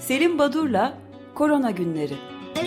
Selim Badur'la Korona Günleri.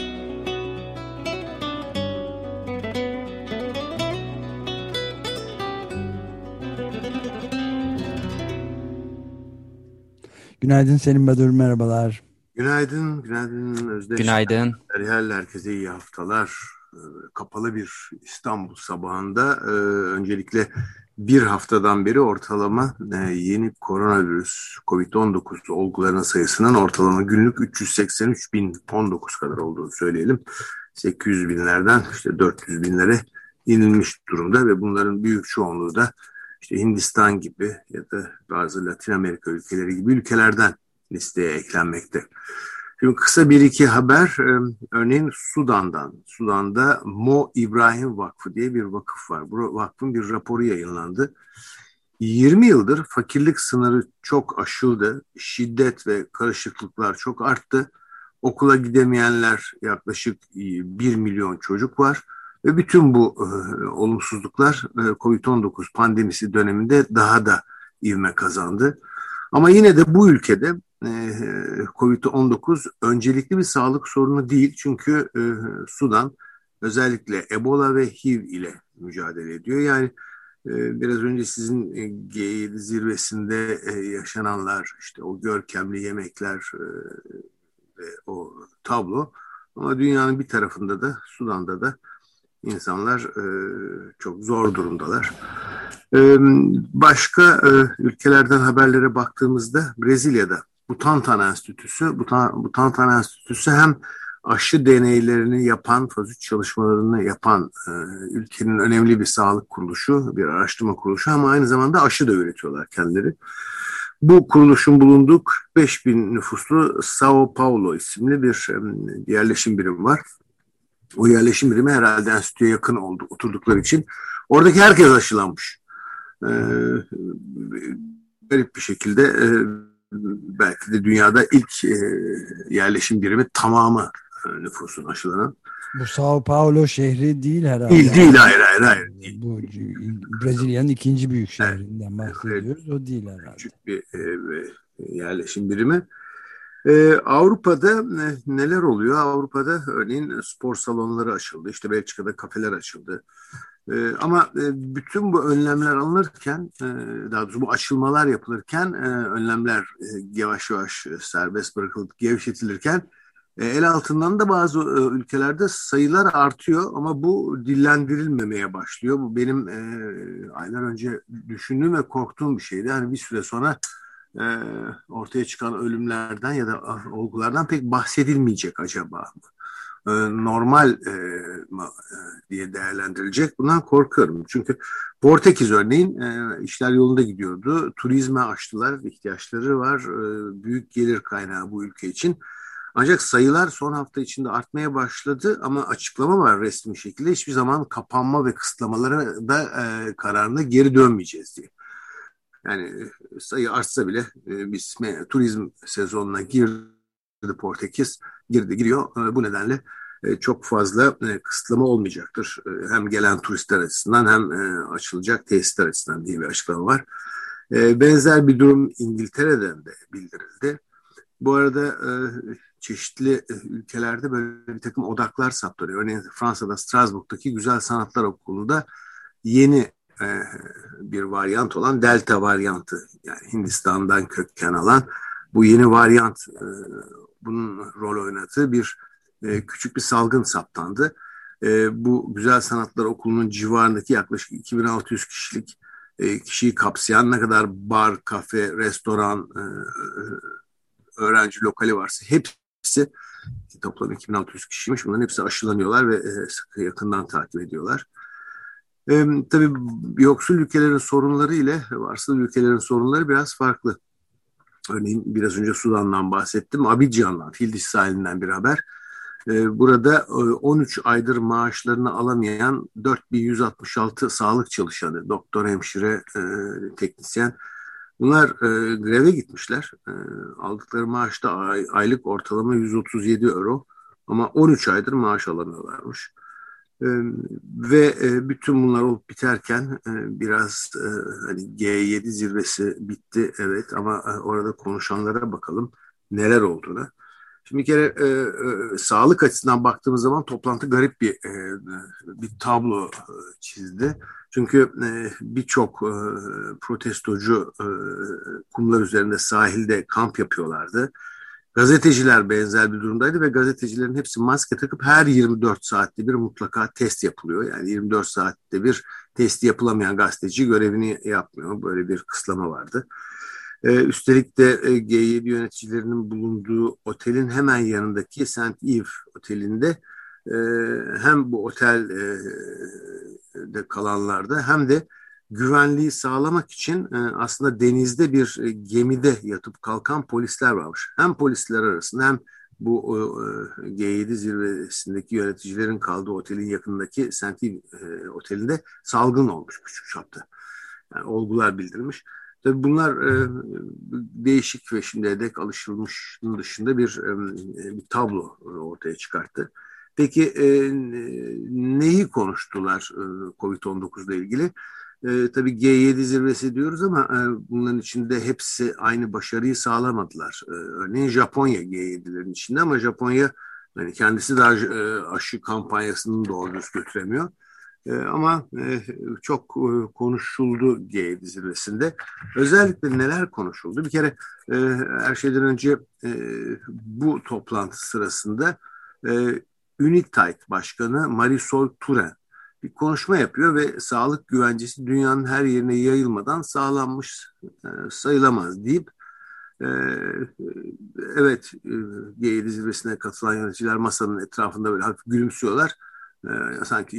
Günaydın Selim Badur, merhabalar. Günaydın Özdeş. Günaydın. Herkese iyi haftalar. Kapalı bir İstanbul sabahında öncelikle bir haftadan beri ortalama yeni koronavirüs COVID-19 olgularının sayısının ortalama günlük 383.019 kadar olduğunu söyleyelim. 800 binlerden işte 400 binlere inilmiş durumda ve bunların büyük çoğunluğu da işte Hindistan gibi ya da bazı Latin Amerika ülkeleri gibi ülkelerden listeye eklenmekte. Şimdi kısa bir iki haber, örneğin Sudan'dan. Sudan'da Mo İbrahim Vakfı diye bir vakıf var. Bu vakfın bir raporu yayınlandı. 20 yıldır fakirlik sınırı çok aşıldı. Şiddet ve karışıklıklar çok arttı. Okula gidemeyenler yaklaşık 1 milyon çocuk var. Ve bütün bu olumsuzluklar COVID-19 pandemisi döneminde daha da ivme kazandı. Ama yine de bu ülkede COVID-19 öncelikli bir sağlık sorunu değil. Çünkü Sudan özellikle Ebola ve HIV ile mücadele ediyor. Yani biraz önce sizin G7 zirvesinde yaşananlar, işte o görkemli yemekler ve o tablo. Ama dünyanın bir tarafında da Sudan'da da insanlar çok zor durumdalar. Başka ülkelerden haberlere baktığımızda Brezilya'da Butantan Enstitüsü hem aşı deneylerini yapan, faz 3 çalışmalarını yapan ülkenin önemli bir sağlık kuruluşu, bir araştırma kuruluşu ama aynı zamanda aşı da üretiyorlar kendileri. Bu kuruluşun bulunduğu 45 bin nüfuslu Sao Paulo isimli bir yerleşim birimi var. O yerleşim birimi herhalde enstitüye yakın oldu oturdukları için. Oradaki herkes aşılanmış. Garip bir şekilde belki de dünyada ilk yerleşim birimi tamamı nüfusun aşılanan. Bu Sao Paulo şehri değil herhalde. Değil, hayır. Değil. Bu Brezilya'nın ikinci büyük şehrinden bahsediyoruz. Evet. O değil herhalde. Küçük bir yerleşim birimi. Avrupa'da neler oluyor? Avrupa'da örneğin spor salonları açıldı. İşte Belçika'da kafeler açıldı. Ama bütün bu önlemler alınırken, daha doğrusu bu açılmalar yapılırken, önlemler yavaş yavaş serbest bırakılıp gevşetilirken, el altından da bazı ülkelerde sayılar artıyor ama bu dillendirilmemeye başlıyor. Bu benim aylar önce düşündüğüm ve korktuğum bir şeydi. Yani bir süre sonra ortaya çıkan ölümlerden ya da olgulardan pek bahsedilmeyecek acaba mı? Normal diye değerlendirilecek. Bundan korkuyorum. Çünkü Portekiz örneğin işler yolunda gidiyordu. Turizme açtılar, ihtiyaçları var. Büyük gelir kaynağı bu ülke için. Ancak sayılar son hafta içinde artmaya başladı ama açıklama var resmi şekilde. Hiçbir zaman kapanma ve kısıtlamalara da kararına geri dönmeyeceğiz diye. Yani sayı artsa bile biz turizm sezonuna girdi Portekiz, giriyor. Bu nedenle çok fazla kısıtlama olmayacaktır. Hem gelen turistler açısından hem açılacak tesisler açısından diye bir açıklama var. Benzer bir durum İngiltere'den de bildirildi. Bu arada çeşitli ülkelerde böyle bir takım odaklar saptanıyor. Örneğin Fransa'da Strasbourg'daki Güzel Sanatlar Okulu'nda yeni bir varyant olan Delta varyantı, yani Hindistan'dan köken alan bu yeni varyant, bunun rol oynadığı bir küçük bir salgın saptandı. Bu Güzel Sanatlar Okulu'nun civarındaki yaklaşık 2600 kişiyi kapsayan ne kadar bar, kafe, restoran, öğrenci lokali varsa hepsi, toplam 2600 kişiymiş. Bunların hepsi aşılanıyorlar ve sıkı yakından takip ediyorlar. Tabii yoksul ülkelerin sorunları ile varsıl ülkelerin sorunları biraz farklı. Örneğin biraz önce Sudan'dan bahsettim. Abidjan'dan, Fildis sahilinden bir haber. Burada 13 aydır maaşlarını alamayan 4166 sağlık çalışanı, doktor, hemşire, teknisyen. Bunlar greve gitmişler. Aldıkları maaş da aylık ortalama 137 euro. Ama 13 aydır maaş alamıyorlarmış. Ve bütün bunlar olup biterken biraz hani G7 zirvesi bitti, evet, ama orada konuşanlara bakalım neler olduğunu. Şimdi bir kere sağlık açısından baktığımız zaman toplantı garip bir tablo çizdi. Çünkü birçok protestocu kumlar üzerinde sahilde kamp yapıyorlardı. Gazeteciler benzer bir durumdaydı ve gazetecilerin hepsi maske takıp her 24 saatte bir mutlaka test yapılıyor. Yani 24 saatte bir testi yapılamayan gazeteci görevini yapmıyor. Böyle bir kısıtlama vardı. Üstelik de G7 yöneticilerinin bulunduğu otelin hemen yanındaki St. Ives otelinde e, hem bu otelde kalanlarda hem de güvenliği sağlamak için aslında denizde bir gemide yatıp kalkan polisler varmış. Hem polisler arasında hem bu G7 zirvesindeki yöneticilerin kaldığı otelin yakındaki St. Ives otelinde salgın olmuş küçük çapta. Yani olgular bildirmiş. Tabii bunlar değişik ve şimdiye dek alışılmışın dışında bir tablo ortaya çıkarttı. Peki neyi konuştular COVID-19 ile ilgili? Tabii G7 zirvesi diyoruz ama bunların içinde hepsi aynı başarıyı sağlamadılar. Örneğin Japonya G7'lerin içinde ama Japonya yani kendisi daha aşı kampanyasını doğru düz götüremiyor. Ama çok konuşuldu G7 zirvesinde. Özellikle neler konuşuldu? Bir kere her şeyden önce bu toplantı sırasında UNITAID Başkanı Marisol Touraine bir konuşma yapıyor ve sağlık güvencesi dünyanın her yerine yayılmadan sağlanmış sayılamaz deyip e, evet G7 zirvesine katılan yöneticiler masanın etrafında böyle hafif gülümsüyorlar. Sanki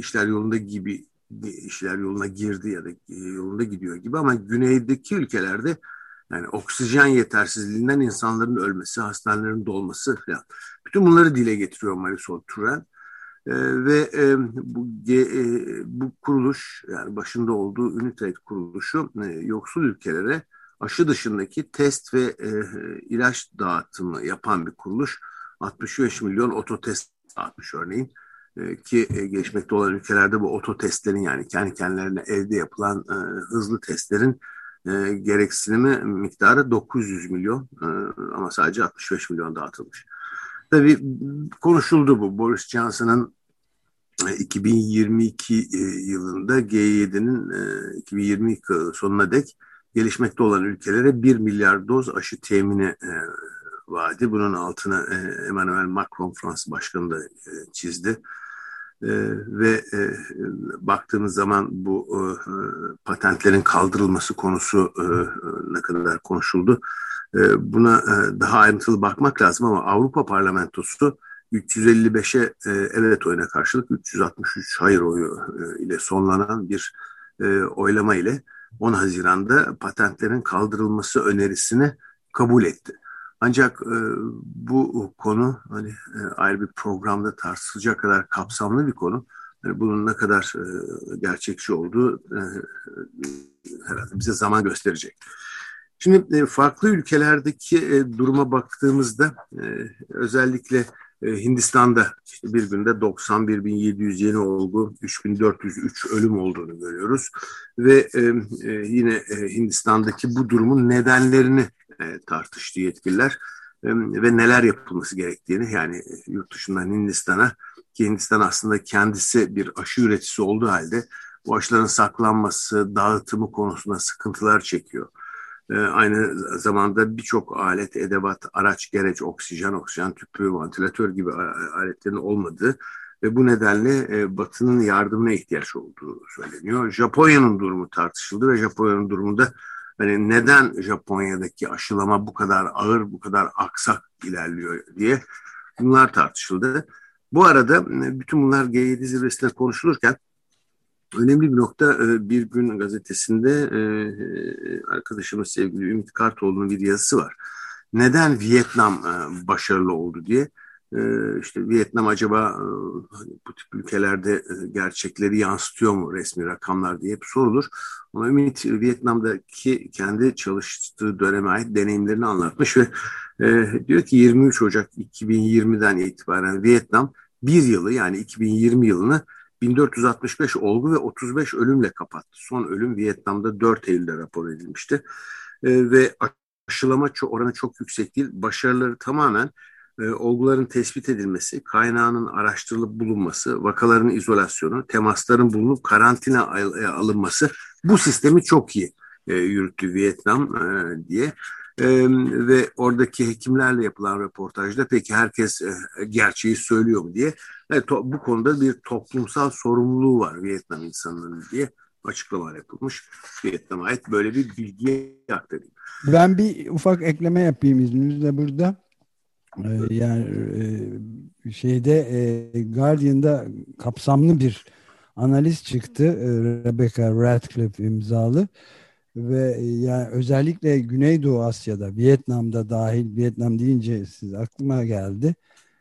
işler yoluna girdi ya da yolunda gidiyor gibi ama güneydeki ülkelerde yani oksijen yetersizliğinden insanların ölmesi, hastanelerin dolması falan. Bütün bunları dile getiriyor Marisol Touraine. Ve bu kuruluş yani başında olduğu UNITAID kuruluşu yoksul ülkelere aşı dışındaki test ve ilaç dağıtımı yapan bir kuruluş. 65 milyon ototest dağıtmış örneğin. Ki gelişmekte olan ülkelerde bu ototestlerin yani kendi kendilerine evde yapılan hızlı testlerin gereksinimi miktarı 900 milyon ama sadece 65 milyon dağıtılmış. Tabii konuşuldu bu. Boris Johnson'ın 2022 yılında G7'nin 2022 sonuna dek gelişmekte olan ülkelere 1 milyar doz aşı temini vaadi. Bunun altına Emmanuel Macron Fransa Başkanı da çizdi. Ve baktığımız zaman bu patentlerin kaldırılması konusu ne kadar konuşuldu. Buna daha ayrıntılı bakmak lazım ama Avrupa Parlamentosu 355'e evet oyuna karşılık 363 hayır oyu ile sonlanan bir oylama ile 10 Haziran'da patentlerin kaldırılması önerisini kabul etti. Ancak bu konu hani ayrı bir programda tartışılacak kadar kapsamlı bir konu. Yani bunun ne kadar gerçekçi olduğu herhalde bize zaman gösterecek. Şimdi farklı ülkelerdeki duruma baktığımızda özellikle Hindistan'da işte bir günde 91.700 yeni olgu, 3.403 ölüm olduğunu görüyoruz. Ve yine Hindistan'daki bu durumun nedenlerini tartıştı yetkililer ve neler yapılması gerektiğini yani yurt dışından Hindistan'a ki Hindistan aslında kendisi bir aşı üreticisi olduğu halde bu aşıların saklanması, dağıtımı konusunda sıkıntılar çekiyor. Aynı zamanda birçok alet, edevat, araç, gereç, oksijen tüpü, vantilatör gibi aletlerin olmadığı ve bu nedenle Batı'nın yardımına ihtiyaç olduğu söyleniyor. Japonya'nın durumu tartışıldı ve Japonya'nın durumunda hani neden Japonya'daki aşılama bu kadar ağır, bu kadar aksak ilerliyor diye bunlar tartışıldı. Bu arada bütün bunlar G7 zirvesinde konuşulurken önemli bir nokta Bir Gün gazetesinde arkadaşımız sevgili Ümit Kartoğlu'nun bir yazısı var. Neden Vietnam başarılı oldu diye. İşte Vietnam acaba bu tip ülkelerde gerçekleri yansıtıyor mu resmi rakamlar diye hep sorulur. Ama Ümit Vietnam'daki kendi çalıştığı döneme ait deneyimlerini anlatmış ve diyor ki 23 Ocak 2020'den itibaren Vietnam bir yılı yani 2020 yılını 1465 olgu ve 35 ölümle kapattı. Son ölüm Vietnam'da 4 Eylül'de rapor edilmişti. Ve aşılama oranı çok yüksek değil. Başarıları tamamen olguların tespit edilmesi, kaynağının araştırılıp bulunması, vakaların izolasyonu, temasların bulunup karantina alınması, bu sistemi çok iyi yürüttü Vietnam diye. Ve oradaki hekimlerle yapılan röportajda peki herkes gerçeği söylüyor mu diye bu konuda bir toplumsal sorumluluğu var Vietnam insanların diye açıklama yapılmış. Vietnam'a ait böyle bir bilgiye aktarayım. Ben bir ufak ekleme yapayım izninizle burada. Yani Guardian'da kapsamlı bir analiz çıktı. Rebecca Radcliffe imzalı ve yani özellikle Güneydoğu Asya'da, Vietnam'da dahil, Vietnam deyince siz aklıma geldi.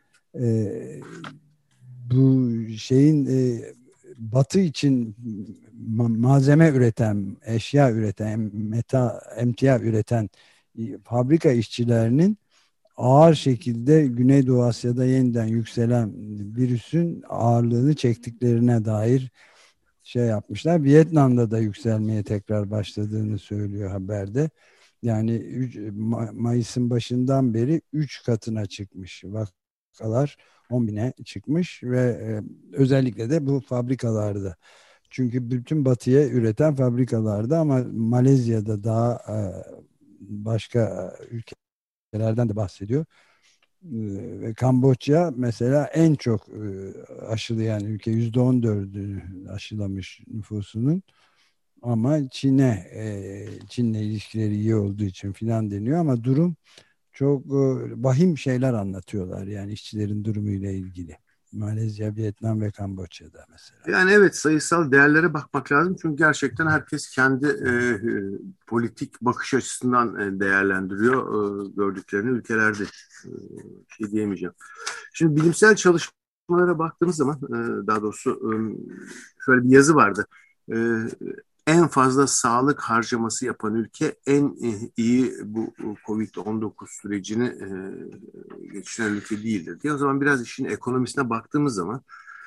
Bu şeyin Batı için malzeme üreten, eşya üreten, emtia üreten fabrika işçilerinin ağır şekilde Güneydoğu Asya'da yeniden yükselen virüsün ağırlığını çektiklerine dair şey yapmışlar. Vietnam'da da yükselmeye tekrar başladığını söylüyor haberde. Yani Mayıs'ın başından beri 3 katına çıkmış vakalar, 10 bine çıkmış ve özellikle de bu fabrikalarda. Çünkü bütün batıya üreten fabrikalarda, ama Malezya'da daha başka ülkelerden de bahsediyor. Ve Kamboçya mesela en çok aşılayan ülke, %14'ü aşılamış nüfusunun. Ama Çin'le ilişkileri iyi olduğu için filan deniyor, ama durum çok vahim şeyler anlatıyorlar yani işçilerin durumuyla ilgili. Malezya, Vietnam ve Kamboçya'da mesela. Yani evet, sayısal değerlere bakmak lazım. Çünkü gerçekten herkes kendi politik bakış açısından değerlendiriyor gördüklerini ülkelerde. Şey diyemeyeceğim. Şimdi bilimsel çalışmalara baktığımız zaman daha doğrusu şöyle bir yazı vardı. En fazla sağlık harcaması yapan ülke en iyi bu Covid-19 sürecini geçiren ülke değildir diye. O zaman biraz işin ekonomisine baktığımız zaman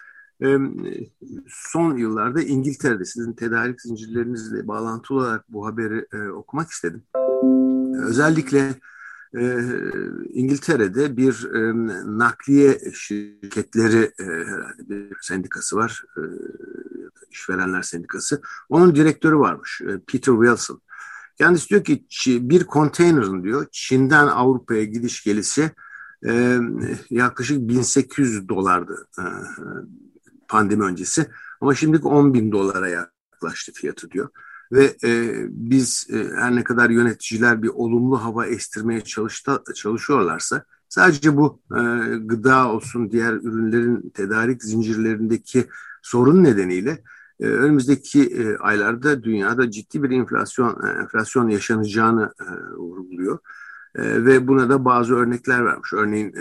son yıllarda İngiltere'de, sizin tedarik zincirlerinizle bağlantılı olarak bu haberi okumak istedim. Özellikle İngiltere'de bir nakliye şirketleri herhalde bir sendikası var, işverenler sendikası. Onun direktörü varmış, Peter Wilson. Kendisi diyor ki bir konteynerin diyor Çin'den Avrupa'ya gidiş gelisi yaklaşık $1.800 pandemi öncesi, ama şimdiki $10.000 yaklaştı fiyatı diyor. Ve biz her ne kadar yöneticiler bir olumlu hava estirmeye çalışıyorlarsa, sadece bu gıda olsun, diğer ürünlerin tedarik zincirlerindeki sorun nedeniyle önümüzdeki aylarda dünyada ciddi bir enflasyon yaşanacağını vurguluyor. Ve buna da bazı örnekler vermiş. Örneğin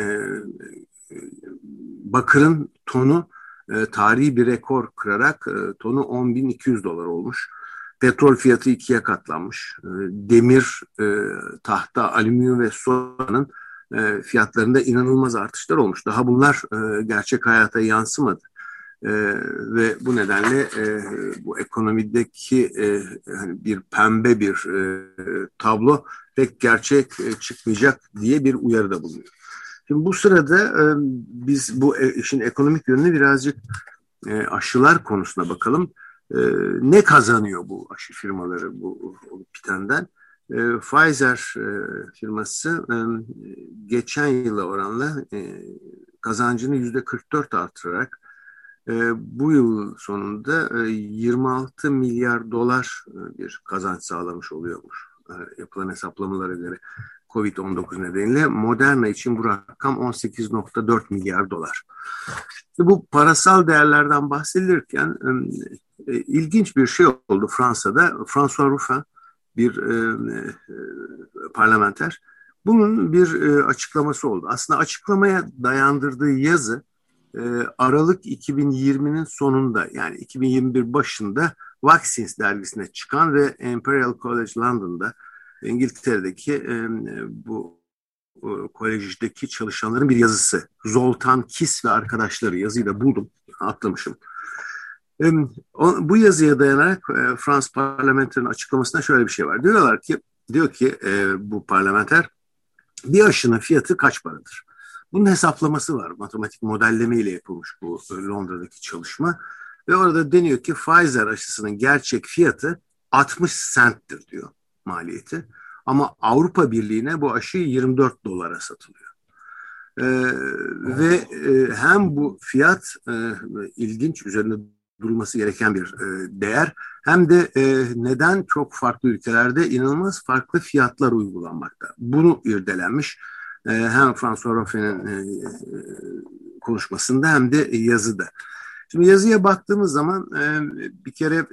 bakırın tonu tarihi bir rekor kırarak tonu $10.200 olmuş. Petrol fiyatı 2'ye katlanmış. Demir, tahta, alüminyum ve sodanın fiyatlarında inanılmaz artışlar olmuş. Daha bunlar gerçek hayata yansımadı. Ve bu nedenle bu ekonomideki hani bir pembe bir tablo pek gerçek çıkmayacak diye bir uyarıda bulunuyor. Şimdi bu sırada biz bu işin ekonomik yönünü birazcık aşılar konusuna bakalım. Ne kazanıyor bu aşı firmaları bu bitenden? Pfizer firması geçen yıla oranla kazancını %44 artırarak bu yıl sonunda $26 milyar bir kazanç sağlamış oluyormuş yapılan hesaplamalara göre. Covid-19 nedeniyle Moderna için bu rakam $18.4 milyar. Bu parasal değerlerden bahsedilirken ilginç bir şey oldu Fransa'da. François Ruffin bir parlamenter. Bunun bir açıklaması oldu. Aslında açıklamaya dayandırdığı yazı Aralık 2020'nin sonunda, yani 2021 başında Vaccines dergisine çıkan ve Imperial College London'da, İngiltere'deki bu kolejdeki çalışanların bir yazısı. Zoltan Kiss ve arkadaşları, yazıyı da buldum, atlamışım. Bu yazıya dayanarak Fransız parlamenterinin açıklamasında şöyle bir şey var. Diyor ki bu parlamenter, bir aşının fiyatı kaç paradır? Bunun hesaplaması var. Matematik modelleme ile yapılmış bu Londra'daki çalışma. Ve orada deniyor ki Pfizer aşısının gerçek fiyatı 60 centtir diyor maliyeti. Ama Avrupa Birliği'ne bu aşı 24 dolara satılıyor. Ve hem bu fiyat ilginç, üzerinde durulması gereken bir değer, hem de neden çok farklı ülkelerde inanılmaz farklı fiyatlar uygulanmakta. Bunu irdelenmiş hem François Ruffen'in konuşmasında hem de yazıda. Şimdi yazıya baktığımız zaman bir kere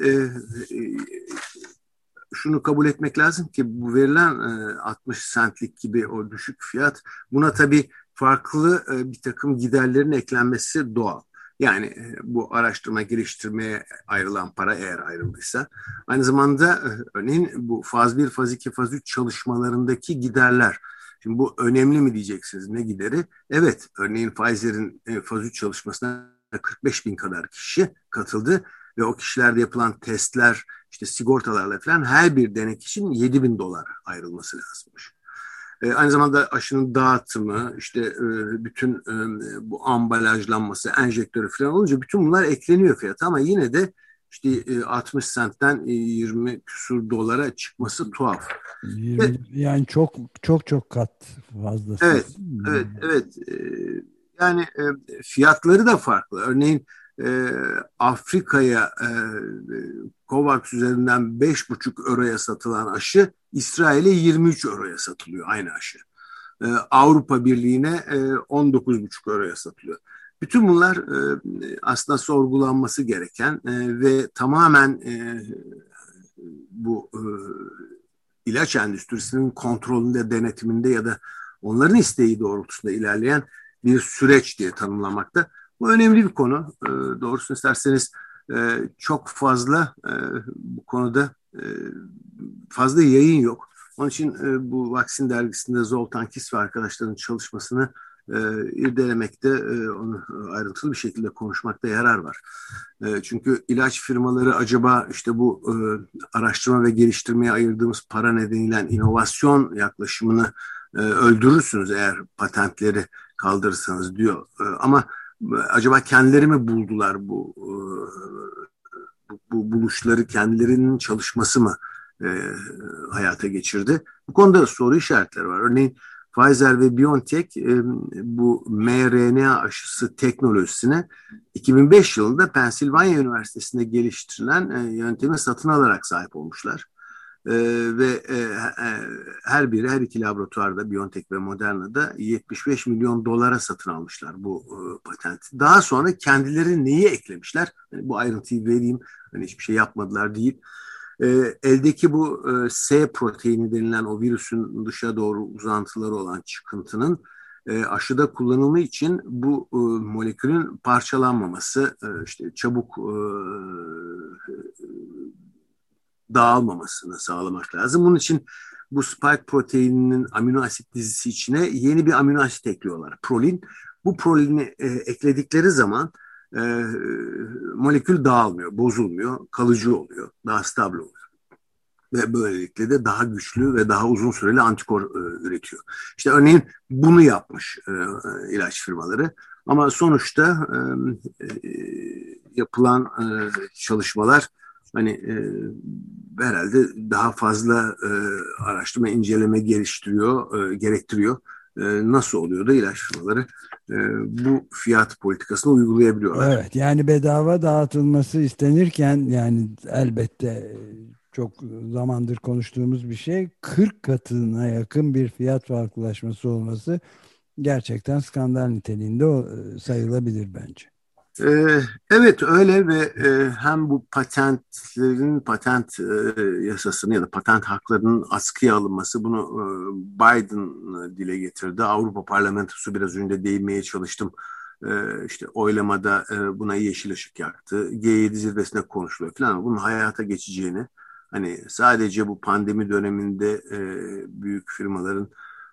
şunu kabul etmek lazım ki bu verilen 60 centlik gibi o düşük fiyat, buna tabii farklı bir takım giderlerin eklenmesi doğal. Yani bu araştırma geliştirmeye ayrılan para, eğer ayrıldıysa, aynı zamanda örneğin bu faz 1, faz 2, faz 3 çalışmalarındaki giderler. Şimdi bu önemli mi diyeceksiniz, ne gideri? Evet, örneğin Pfizer'in faz 3 çalışmasına 45 bin kadar kişi katıldı ve o kişilerde yapılan testler, işte sigortalarla falan, her bir denek için 7 bin dolar ayrılması lazımmış. Aynı zamanda aşının dağıtımı, işte bütün bu ambalajlanması, enjektörü falan olunca bütün bunlar ekleniyor fiyata, ama yine de işte 60 centten 20 küsur dolara çıkması tuhaf. 20, yani çok çok çok kat fazlası. Evet, evet. Yani fiyatları da farklı. Örneğin Afrika'ya COVAX üzerinden 5,5 euroya satılan aşı İsrail'e 23 euroya satılıyor, aynı aşı. Avrupa Birliği'ne 19,5 euroya satılıyor. Bütün bunlar aslında sorgulanması gereken ve tamamen bu ilaç endüstrisinin kontrolünde, denetiminde ya da onların isteği doğrultusunda ilerleyen bir süreç diye tanımlamakta. Bu önemli bir konu. Doğrusunu isterseniz çok fazla bu konuda fazla yayın yok. Onun için bu Vaksin dergisinde Zoltan Kis ve arkadaşlarının çalışmasını irdelemekte, onu ayrıntılı bir şekilde konuşmakta yarar var. Çünkü ilaç firmaları acaba işte bu araştırma ve geliştirmeye ayırdığımız para nedeniyle inovasyon yaklaşımını öldürürsünüz eğer patentleri kaldırırsanız diyor. Ama acaba kendileri mi buldular bu buluşları, kendilerinin çalışması mı hayata geçirdi? Bu konuda soru işaretleri var. Örneğin Pfizer ve BioNTech bu mRNA aşısı teknolojisine 2005 yılında Pensilvanya Üniversitesi'nde geliştirilen yöntemi satın alarak sahip olmuşlar. Ve her iki laboratuvarda, BioNTech ve Moderna'da 75 milyon dolara satın almışlar bu patenti. Daha sonra kendileri neyi eklemişler? Yani bu ayrıntıyı vereyim, hani hiçbir şey yapmadılar deyip eldeki bu S proteini denilen o virüsün dışa doğru uzantıları olan çıkıntının aşıda kullanımı için bu molekülün parçalanmaması, işte çabuk dağılmamasını sağlamak lazım. Bunun için bu spike proteininin amino asit dizisi içine yeni bir amino asit ekliyorlar, prolin. Bu prolini ekledikleri zaman molekül dağılmıyor, bozulmuyor, kalıcı oluyor, daha stabil oluyor. Ve böylelikle de daha güçlü ve daha uzun süreli antikor üretiyor. İşte örneğin bunu yapmış ilaç firmaları. Ama sonuçta yapılan çalışmalar hani herhalde daha fazla araştırma, inceleme gerektiriyor. Nasıl oluyor da ilaç firmaları bu fiyat politikasını uygulayabiliyorlar? Evet, yani bedava dağıtılması istenirken, yani elbette çok zamandır konuştuğumuz bir şey, 40 katına yakın bir fiyat farklılaşması olması gerçekten skandal niteliğinde sayılabilir bence. Evet, öyle ve hem bu patent yasasını ya da patent haklarının askıya alınması, bunu Biden dile getirdi. Avrupa Parlamentosu, biraz önce değinmeye çalıştım. İşte oylamada buna yeşil ışık yaktı. G7 zirvesinde konuşuluyor falan. Bunun hayata geçeceğini, hani sadece bu pandemi döneminde büyük firmaların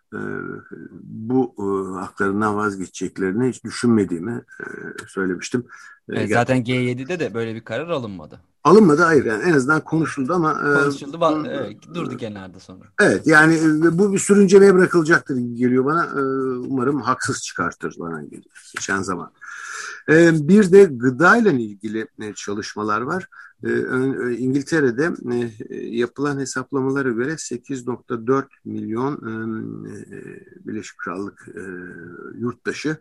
bu haklarından vazgeçeceklerini hiç düşünmediğimi söylemiştim. Zaten G7'de de böyle bir karar alınmadı. Alınmadı, hayır, yani en azından konuşuldu ama Konuşuldu, durdu kenarda sonra. evet, yani bu bir sürüncemeye bırakılacaktır gibi geliyor bana. Umarım haksız çıkartır bana geçen zaman. Bir de gıdayla ilgili çalışmalar var. İngiltere'de yapılan hesaplamalara göre 8,4 milyon Birleşik Krallık yurttaşı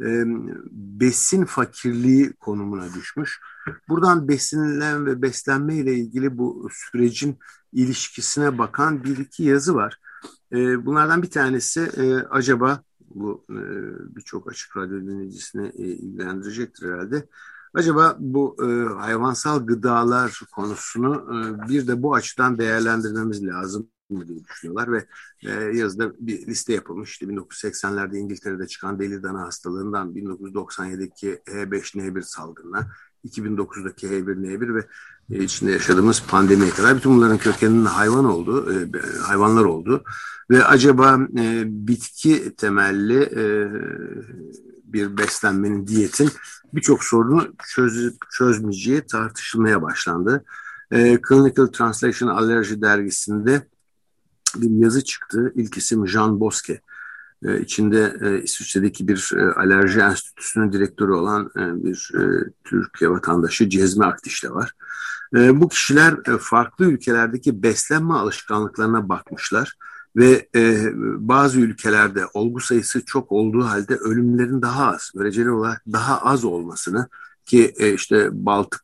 besin fakirliği konumuna düşmüş. Buradan besinilen ve beslenme ile ilgili bu sürecin ilişkisine bakan bir iki yazı var. Bunlardan bir tanesi acaba bu birçok açık radyo dinleyicisini ilgilendirecektir herhalde. Acaba bu hayvansal gıdalar konusunu bir de bu açıdan değerlendirmemiz lazım mı diye düşünüyorlar ve yazıda bir liste yapılmış. İşte 1980'lerde İngiltere'de çıkan deli dana hastalığından 1997'deki H5N1 salgınına, 2009'daki H1N1 ve içinde yaşadığımız pandemiye kadar bütün bunların kökeninin hayvanlar olduğu ve acaba bitki temelli bir beslenmenin, diyetin birçok sorunu çözmeyeceği tartışılmaya başlandı. Clinical Translation Allergy dergisinde bir yazı çıktı. İlk isim Jean Bosque. İçinde İsviçre'deki bir alerji enstitüsünün direktörü olan bir Türkiye vatandaşı Cezmi Akdiş de var. Bu kişiler farklı ülkelerdeki beslenme alışkanlıklarına bakmışlar ve bazı ülkelerde olgu sayısı çok olduğu halde ölümlerin daha az, göreceli olarak daha az olmasını, ki işte Baltık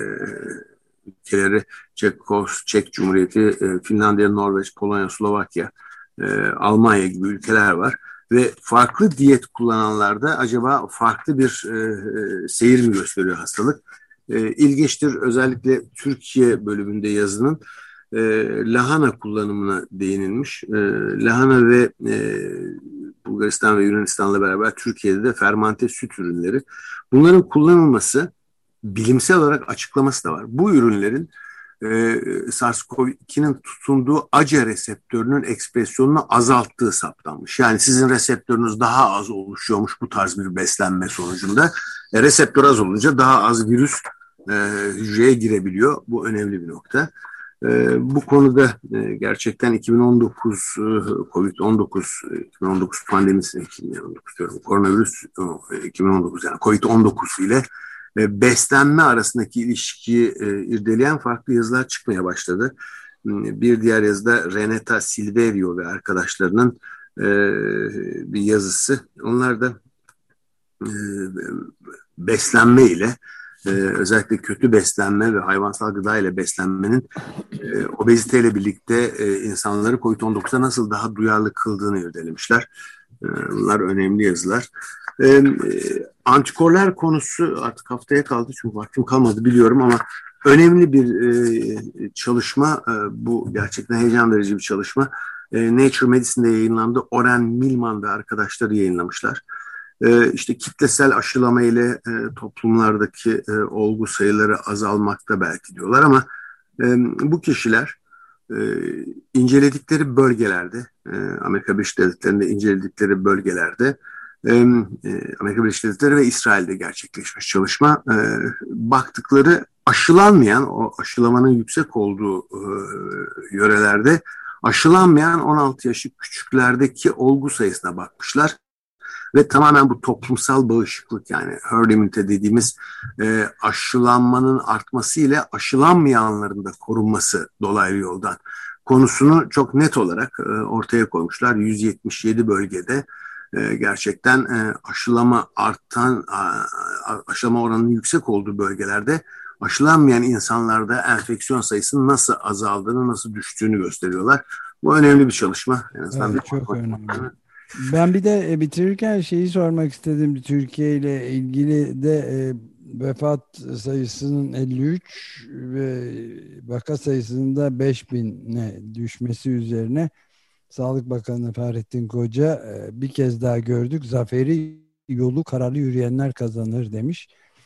ülkeleri, Çek Cumhuriyeti, Finlandiya, Norveç, Polonya, Slovakya, Almanya gibi ülkeler var. Ve farklı diyet kullananlarda acaba farklı bir seyir mi gösteriyor hastalık? İlginçtir, özellikle Türkiye bölümünde yazının lahana kullanımına değinilmiş. Lahana ve Bulgaristan ve Yunanistan'la beraber Türkiye'de de fermante süt ürünleri. Bunların kullanılması, bilimsel olarak açıklaması da var. Bu ürünlerin SARS-CoV-2'nin tutunduğu ACE reseptörünün ekspresyonunu azalttığı saptanmış. Yani sizin reseptörünüz daha az oluşuyormuş bu tarz bir beslenme sonucunda. Reseptör az olunca daha az virüs hücreye girebiliyor. Bu önemli bir nokta. Bu konuda gerçekten 2019 COVID-19 2019 pandemisi, 2019 diyorum, koronavirüs 2019, yani COVID-19 ile beslenme arasındaki ilişkiyi irdeleyen farklı yazılar çıkmaya başladı. Bir diğer yazıda Renata Silverio ve arkadaşlarının bir yazısı. Onlar da beslenme ile, özellikle kötü beslenme ve hayvansal gıda ile beslenmenin obeziteyle birlikte insanları COVID-19'a nasıl daha duyarlı kıldığını irdelemişler. Bunlar önemli yazılar. Antikorlar konusu artık haftaya kaldı çünkü vaktim kalmadı biliyorum ama önemli bir çalışma. Bu gerçekten heyecan verici bir çalışma. Nature Medicine'de yayınlandı. Oren Milman ve arkadaşları yayınlamışlar. İşte kitlesel aşılama ile toplumlardaki olgu sayıları azalmakta belki diyorlar ama bu kişiler inceledikleri bölgelerde, Amerika Birleşik Devletleri'nde inceledikleri bölgelerde, Amerika Birleşik Devletleri ve İsrail'de gerçekleşmiş çalışma, baktıkları aşılanmayan, o aşılamanın yüksek olduğu yörelerde aşılanmayan 16 yaşı küçüklerdeki olgu sayısına bakmışlar. Ve tamamen bu toplumsal bağışıklık, yani herd immunity dediğimiz aşılanmanın artması ile aşılanmayanların da korunması dolaylı yoldan konusunu çok net olarak ortaya koymuşlar. 177 bölgede gerçekten aşılama oranının yüksek olduğu bölgelerde aşılanmayan insanlarda enfeksiyon sayısının nasıl azaldığını, nasıl düştüğünü gösteriyorlar. Bu önemli bir çalışma. En azından evet, çok önemli. Ben bir de bitirirken şeyi sormak istedim. Türkiye ile ilgili de vefat sayısının 53 ve vaka sayısının da 5.000'e düşmesi üzerine Sağlık Bakanı Fahrettin Koca bir kez daha gördük. Zaferi yolu kararlı yürüyenler kazanır demiş.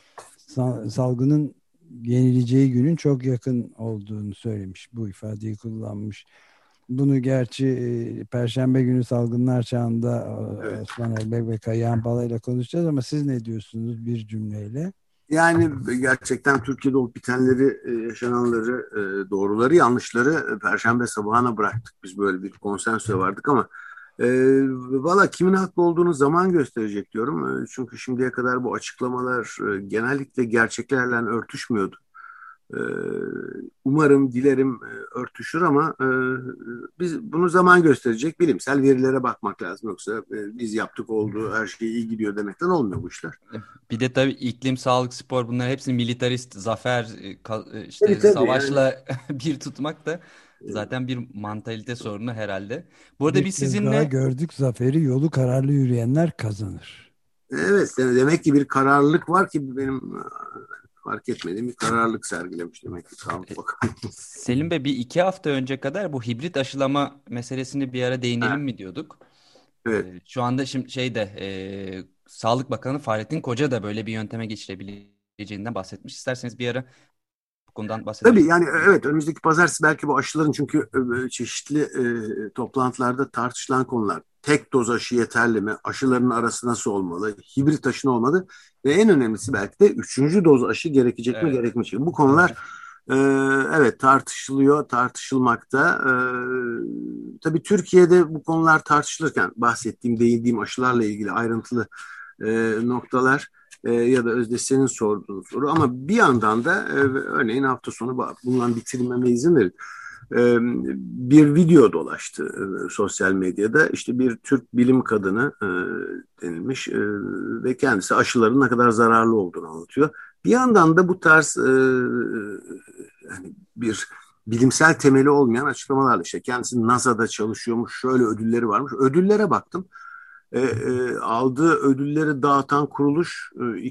Salgının yenileceği günün çok yakın olduğunu söylemiş. Bu ifadeyi kullanmış. Bunu gerçi Perşembe günü Salgınlar Çağı'nda evet, Osman Elbek ve Kayhan Bala ile konuşacağız ama siz ne diyorsunuz bir cümleyle? Yani gerçekten Türkiye'de olup bitenleri, yaşananları, doğruları, yanlışları Perşembe sabahına bıraktık. Biz böyle bir konsensüse vardık ama e, valla kimin haklı olduğunu zaman gösterecek diyorum. Çünkü şimdiye kadar bu açıklamalar genellikle gerçeklerle örtüşmüyordu. Ee, Umarım, dilerim örtüşür ama biz bunu zaman gösterecek. Bilimsel verilere bakmak lazım. Yoksa biz yaptık oldu, her şey iyi gidiyor demekten olmuyor bu işler. Bir de tabii iklim, sağlık, spor bunlar hepsi militarist, zafer, Tabii işte tabii yani. savaşla bir tutmak da zaten bir mantalite sorunu herhalde. Bu arada Bir biz kez daha sizinle gördük zaferi, yolu kararlı yürüyenler kazanır. Evet, demek ki bir kararlılık var ki benim fark etmediğim bir kararlılık sergilemiş demek ki. Tamam, bakalım. Selim Bey bir iki hafta önce kadar bu hibrit aşılama meselesini bir ara değinelim Ha, mi diyorduk. evet. Şu anda şimdi Sağlık Bakanı Fahrettin Koca da böyle bir yönteme geçilebileceğinden bahsetmiş. İsterseniz bir ara bu konudan Tabii bahsedelim. yani evet, önümüzdeki pazartesi belki bu aşıların, çünkü çeşitli toplantılarda tartışılan konular. Tek doz aşı yeterli mi? Aşıların arası nasıl olmalı? Hibrit aşı ne olmalı? Ve en önemlisi belki de üçüncü doz aşı gerekecek mi, Evet. gerekmeyecek mi? Bu konular e, evet tartışılıyor, tartışılmakta. Tabii Türkiye'de bu konular tartışılırken bahsettiğim, değindiğim aşılarla ilgili ayrıntılı noktalar ya da Özde senin sorduğun soru, ama bir yandan da örneğin hafta sonu bundan bitirmeme izin verin. E, Bir video dolaştı sosyal medyada. İşte bir Türk bilim kadını denilmiş ve kendisi aşıların ne kadar zararlı olduğunu anlatıyor. Bir yandan da bu tarz hani bir bilimsel temeli olmayan açıklamalarla, işte kendisi NASA'da çalışıyormuş, şöyle ödülleri varmış. Ödüllere baktım. Aldığı ödülleri dağıtan kuruluş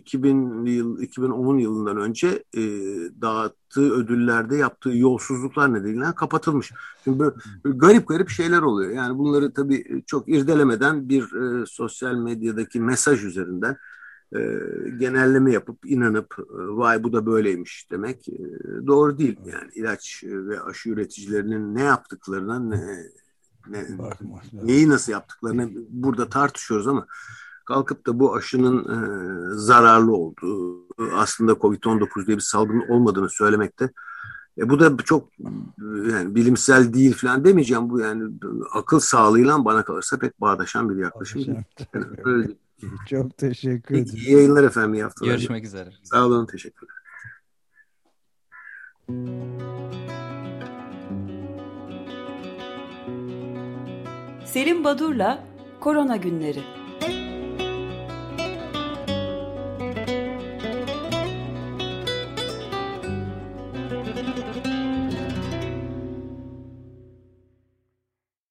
2010 yılından önce dağıttığı ödüllerde yaptığı yolsuzluklar nedeniyle kapatılmış. Şimdi böyle garip garip şeyler oluyor. Yani bunları tabii çok irdelemeden bir sosyal medyadaki mesaj üzerinden e, genelleme yapıp inanıp vay bu da böyleymiş demek doğru değil. Yani ilaç ve aşı üreticilerinin ne yaptıklarına, ne, Bakmak neyi lazım. nasıl yaptıklarını burada tartışıyoruz ama kalkıp da bu aşının zararlı olduğu, aslında Covid-19 diye bir salgın olmadığını söylemekte, bu da çok yani bilimsel değil falan demeyeceğim, bu yani akıl sağlığıyla bana kalırsa pek bağdaşan bir yaklaşım değil. Alışan Yani tabii, öyle evet. değil. Çok teşekkür Peki, iyi ederim. yayınlar efendim, iyi haftalar. Görüşmek üzere. Sağ olun, teşekkürler. Selim Badur'la Korona Günleri.